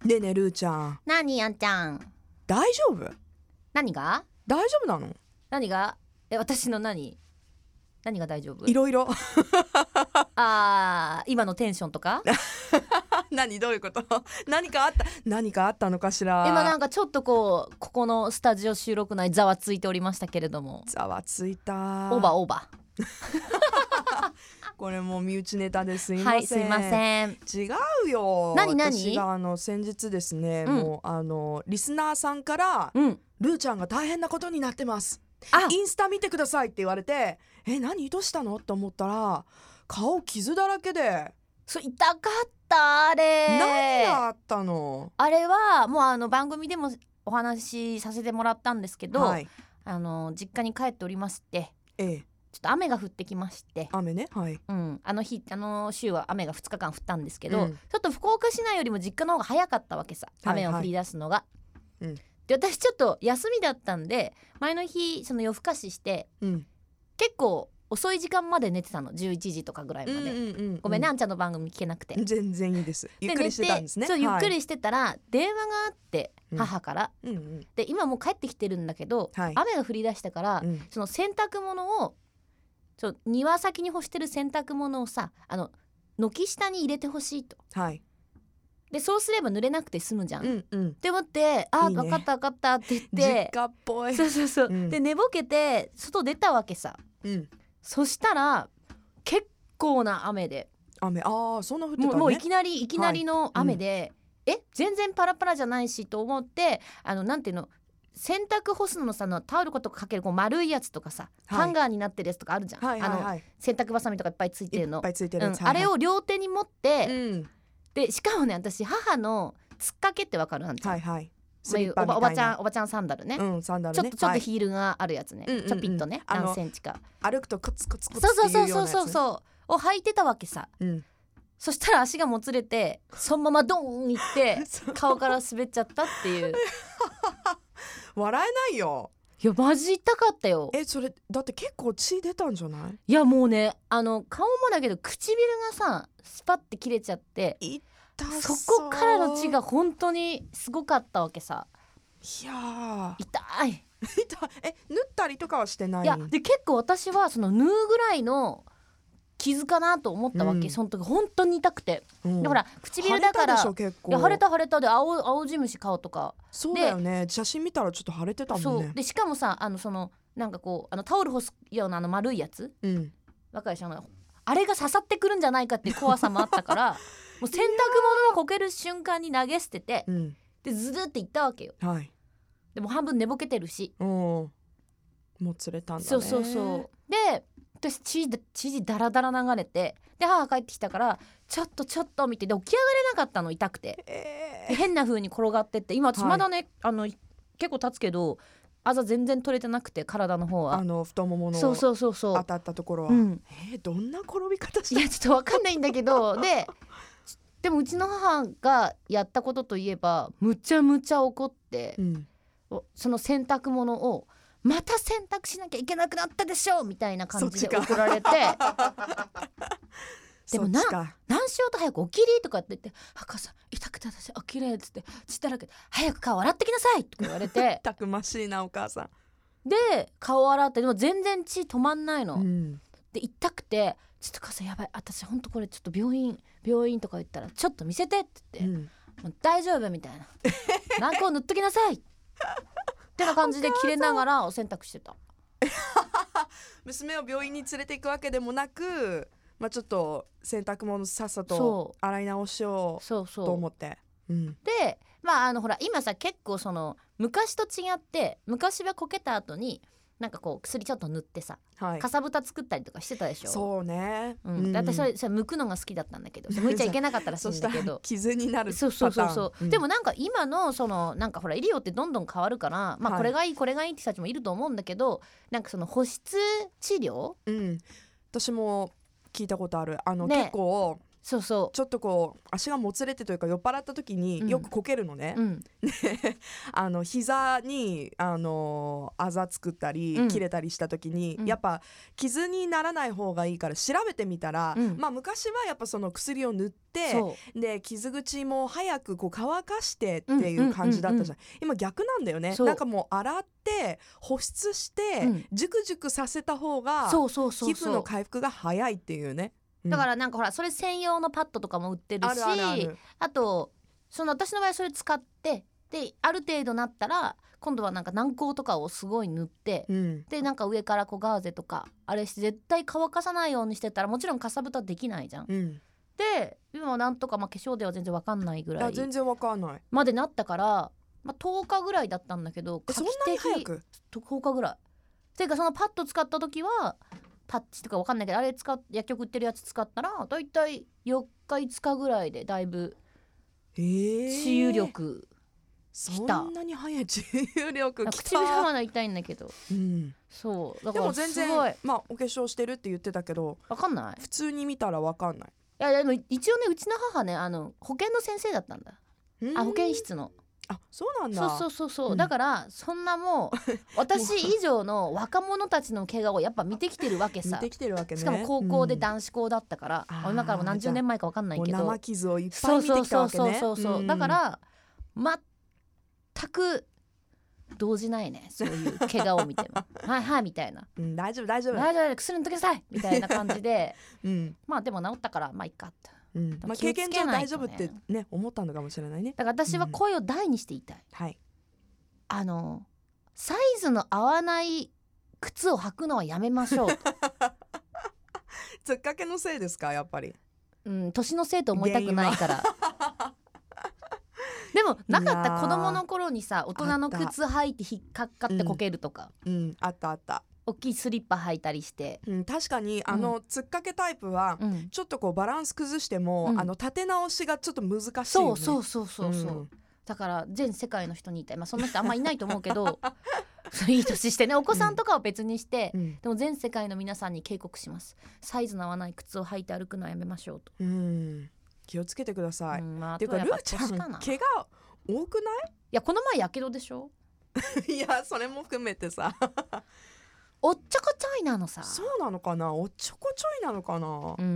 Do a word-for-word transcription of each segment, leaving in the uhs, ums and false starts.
ねえねえルーちゃん、 何あんちゃん、 大丈夫？ 何が大丈夫なの？ 何がえ私の何何が大丈夫？ いろいろあー今のテンションとか何どういうこと？何かあった何かあったのかしら。 今なんかちょっとこうここのスタジオ収録内ざわついておりましたけれども、 ざわついた。 オーバーオーバこれもう身内ネタですいーません。 はいすいません。 違うよ。 何何私があの先日ですね、 うんもうあのリスナーさんからうんルーちゃんが大変なことになってます、 あインスタ見てくださいって言われて、え何どうしたのと思ったら顔傷だらけで、 そう痛かったあれ。 何があったの？ あれはもうあの番組でもお話しさせてもらったんですけど、 はい、 あの実家に帰っておりまして、 ええ、 ちょっと雨が降ってきまして、 雨ね、はい、 うん、あの日あの週は雨がふつかかん降ったんですけど、 うん、 ちょっと福岡市内よりも実家の方が早かったわけさ、 はいはい雨を降り出すのが、 うん、 で私ちょっと休みだったんで前の日その夜更かししてうん、 結構遅い時間まで寝てたの、じゅういちじとかぐらいまで、 うんうんうんうん、 ごめんねあんちゃんの番組聞けなくて、 全然いいです。ゆっくりしてたんですね。 で寝てそうゆっくはい、 りしてたら電話があってうん母から、 うんうん、 で今もう帰ってきてるんだけど、 はい、 雨が降り出したから、 うん、 その洗濯物をちょ庭先に干してる洗濯物をさあの軒下に入れてほしいと、 はい、 でそうすれば濡れなくて済むじゃん、 うっんうん、 て思ってあいいね分かった分かったって言っ実て家っぽい。 そうそうそう、 うん、 で寝ぼけて外出たわけさ。 うん、 そしたら結構な雨で雨、ああそんな降ってたね。 もう、もういきなりいきなりの雨で、うん、え全然パラパラじゃないしと思って、あのなんていうの洗濯干すののさのタオルとかかけるこう丸いやつとかさ、はい、ハンガーになってるやつとかあるじゃん、 はいはいはい、 あの洗濯バサミとかいっぱいついてるの、 いっぱいついてるやつ、 うん、 はいはい、 あれを両手に持って、 うん、 でしかもね私母のつっかけってわかる？なんていうの、 はいはい、 そういうおば、おばちゃんおばちゃんサンダルね、 うん、サンダルね、 ちょっとちょっとはい、 ヒールがあるやつね、 うんうんうん、 ちょぴっとね何センチか歩くとコツコツコツそうっていうようなやつ、ね、 そうそうそうそうを履いてたわけさ、 うん、 そしたら足がもつれてそのままドーンいって顔から滑っちゃったっていう笑えないよ。 いやマジ痛かったよ。 えそれだって結構血出たんじゃない？ いやもうねあの顔もだけど唇がさスパッて切れちゃって、 痛そこからの血が本当にすごかったわけさ。 いや痛い痛い。え縫ったりとかはしてない？ いやで結構私はその縫うぐらいの傷かなと思ったわけ、うん、その時本当に痛くて、うん、でほら唇だから腫れたでしょ結構。 いや腫れた腫れたで青青じ虫顔とかそうだよね、写真見たらちょっと腫れてたもんね。 そうでしかもさあのそのなんかこうあのタオル干すようなあの丸いやつ、 うん、 わかるでしょ、あれが刺さってくるんじゃないかって怖さもあったからもう洗濯物をこける瞬間に投げ捨てて、うん、でズルっていったわけよ、はい、でも半分寝ぼけてるし、 もう釣れたんだね。 そうそうそうで私血血だらだら流れて、で母帰ってきたからちょっとちょっと見て、で起き上がれなかったの痛くて、えー、で変な風に転がってって、今私まだね、はい、あの結構経つけどあざ全然取れてなくて、体の方はあの太もものそうそうそうそう当たったところは、 うん、 えー、どんな転び方した？ いやちょっと分かんないんだけどででもうちの母がやったことといえばむちゃむちゃ怒って、うん、その洗濯物をまた洗濯しなきゃいけなくなったでしょみたいな感じで怒られてでもな何しようと早く起きりとかって言って、母さん痛くて私起きれっつって血だらけで早く顔洗ってきなさいとか言われてたくましいなお母さんで顔洗って、でも全然血止まんないの、うん、で痛くてちょっと母さんやばい私ほんとこれちょっと病院病院とか言ったらちょっと見せてって言って、うん、もう大丈夫みたいな軟膏塗っときなさいってな感じで切れながらお洗濯してた娘を病院に連れて行くわけでもなく、まあ、ちょっと洗濯物さっさと洗い直しようと思って、 うん、でまああのほら今さ結構その昔と違って、昔はこけた後になんかこう薬ちょっと塗ってさ、はい、かさぶた作ったりとかしてたでしょ。 そうね、 うん、で私それ、それ剥くのが好きだったんだけど剥いちゃいけなかったらしいんだけど傷になるパターン。 そうそうそうそう、うん、でもなんか今のそのなんかほら医療ってどんどん変わるから、まあこれがいい、はい、これがいいって人たちもいると思うんだけど、なんかその保湿治療、 うん、私も聞いたことある。あの、ね、結構そうそうちょっとこう足がもつれてというか酔っ払った時によくこけるのね、うん、であの膝にあのあざ作ったり、うん、切れたりした時に、うん、やっぱ傷にならない方がいいから調べてみたら、うん、まあ昔はやっぱその薬を塗ってで傷口も早くこう乾かしてっていう感じだったじゃん、うんうんうんうん、今逆なんだよね。なんかもう洗って保湿して、うん、ジュクジュクさせた方が皮膚の回復が早いっていうね。 だからなんかほらそれ専用のパッドとかも売ってるし、あるあるある。あとその私の場合それ使ってである程度なったら今度はなんか軟膏とかをすごい塗って、うん、でなんか上からこうガーゼとかあれして絶対乾かさないようにしてたらもちろんかさぶたできないじゃん、うん、で今はなんとかまあ化粧では全然わかんないぐらい全然わかんないまでなったから、まあ、とおかぐらいだったんだけどそんなに早くとおかぐらいっていうかそのパッド使った時はパッチとかわかんないけどあれ使っ薬局売ってるやつ使ったらだいたいよっかいつかぐらいでだいぶ治癒力きた、 そんなに早い治癒力きた。 唇はまだ痛いんだけど、うん、そうだからでも全然まあお化粧してるって言ってたけどわかんない普通に見たらわかんない。 いやでも一応ねうちの母ねあの保健の先生だったんだ。あ保健室のあそうなんだ。 そうそうそうそう、うん、だからそんなもう私以上の若者たちの怪我をやっぱ見てきてるわけさ。 見てきてるわけね。 しかも高校で男子校だったから、うん、今からも何十年前か分かんないけど生傷をいっぱい見てきたわけね。 そうそうそうそう、うん、だから全く動じないねそういう怪我を見てもはいはいみたいな、 うん、大丈夫大丈夫大丈夫薬塗ってくださいみたいな感じで、うん、まあでも治ったからまあいっかって、 うんまあ、経験上大丈夫ってね思ったのかもしれないね。 だから私は声を大にして言いたい、うん、はいあのサイズの合わない靴を履くのはやめましょうとつっかけのせいですかやっぱり。 うん年のせいと思いたくないからでもなかった子供の頃にさ大人の靴履いて引っかかってこけるとか、 うん、うん、あったあった大きいスリッパ履いたりして、 うん、確かにあの、うん、つっかけタイプは、うん、ちょっとこうバランス崩しても、うん、あの立て直しがちょっと難しいよね。 そうそうそうそうそう、うん、だから全世界の人に言いたい、まあ、そんな人あんまいないと思うけどいい年してねお子さんとかは別にして、うん、でも全世界の皆さんに警告します。サイズの合わない靴を履いて歩くのはやめましょうと、うん、 気をつけてください、うんまあ、っていうかルーちゃん怪我多くない？ いやこの前やけどでしょいやそれも含めてさおっちょこちょいなのさ。 そうなのかなおっちょこちょいなのかな、うん、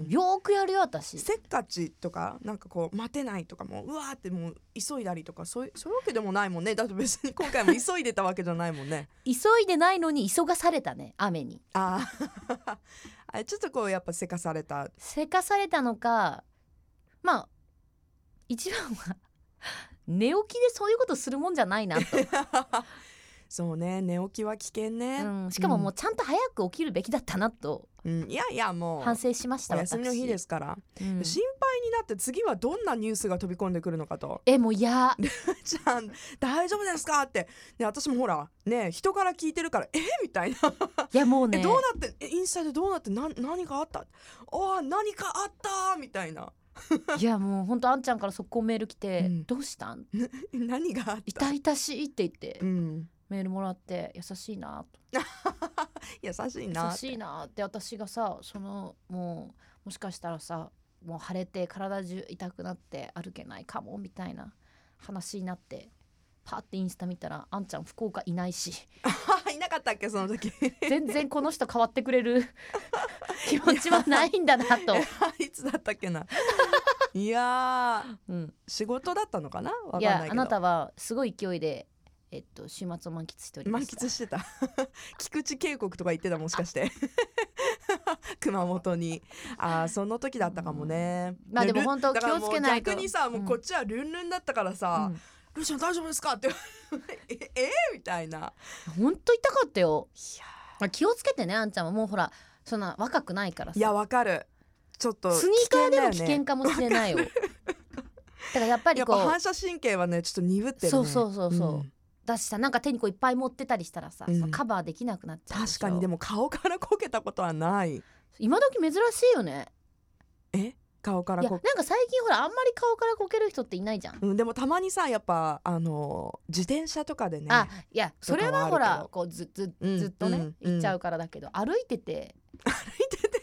うん、よくやるよ私。 せっかちとかなんかこう待てないとかもううわーってもう急いだりとかそういうそういうわけでもないもんね。だって別に今回も急いでたわけじゃないもんね急いでないのに急がされたね雨に。 ああちょっとこうやっぱせかされたせかされたのかまあ一番は寝起きでそういうことするもんじゃないなとそうね寝起きは危険ね、 うん、しかももうちゃんと早く起きるべきだったなと、 うん、いやいやもう反省しました。 お休みの日ですから、うん、心配になって次はどんなニュースが飛び込んでくるのかと。 えもう嫌ちゃん大丈夫ですかって、ね、私もほらね人から聞いてるからえみたいないやもうねえどうなってえインスタでどうなってな何かあったあ何かあったみたいないやもうほんとあんちゃんから速攻メール来て、うん、どうしたん何があった痛々しいって言って、うん、メールもらって優しいなと優しいな優しいなって私がさそのもうもしかしたらさもう腫れて体中痛くなって歩けないかもみたいな話になってパッてインスタ見たらあんちゃん福岡いないしいなかったっけその時全然この人変わってくれる気持ちはないんだなといつだったっけないやー、うん、仕事だったのかなわかんないけど。 いやあなたはすごい勢いでえっと週末を満喫しておりました。 満喫してた菊池渓谷とか行ってたもしかして熊本にあその時だったかもね、 うん、まあでも本当気をつけないと逆にさもうこっちはルンルンだったからさ、うんルーちゃん大丈夫ですかってええみたいなほんと痛かったよ。いや気をつけてねあんちゃんはもうほらそんな若くないからさ。 いやわかるちょっとスニーカーでも危険かもしれないよだからやっぱりこうやっぱ反射神経はねちょっと鈍ってるね。 そうそうそうそう、うん、だしさなんか手にこういっぱい持ってたりしたらさ、うん、そのカバーできなくなっちゃうでしょ。 確かにでも顔からこけたことはない。 今時珍しいよね。 え顔からこいやなんか最近ほらあんまり顔からこける人っていないじゃん、 うん、でもたまにさやっぱあの自転車とかでねあいやそれはほらこうずずずっとね、うんうん、行っちゃうからだけど歩いてて歩いてて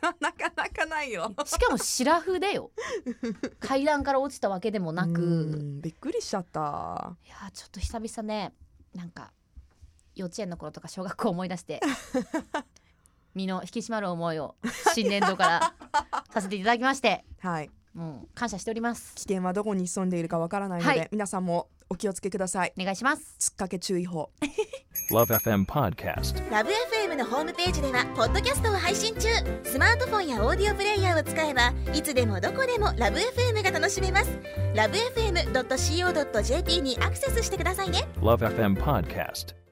なかなかないよ。 しかもシラフでよ階段から落ちたわけでもなく、 うんびっくりしちゃった。 いやちょっと久々ね、なんか幼稚園の頃とか小学校思い出して身の引き締まる思いを新年度からさせていただきましてはい、 もう感謝しております。 危険はどこに潜んでいるかわからないので、はい、皆さんもお気をつけください。 お願いします。 つっかけ注意報ラブ エフエム Podcast。 ラブ エフエム のホームページではポッドキャストを配信中。スマートフォンやオーディオプレイヤーを使えばいつでもどこでもラブ エフエム が楽しめます。ラブ エフエムドットシーオードットジェーピー にアクセスしてくださいね。 ラブ エフエム Podcast。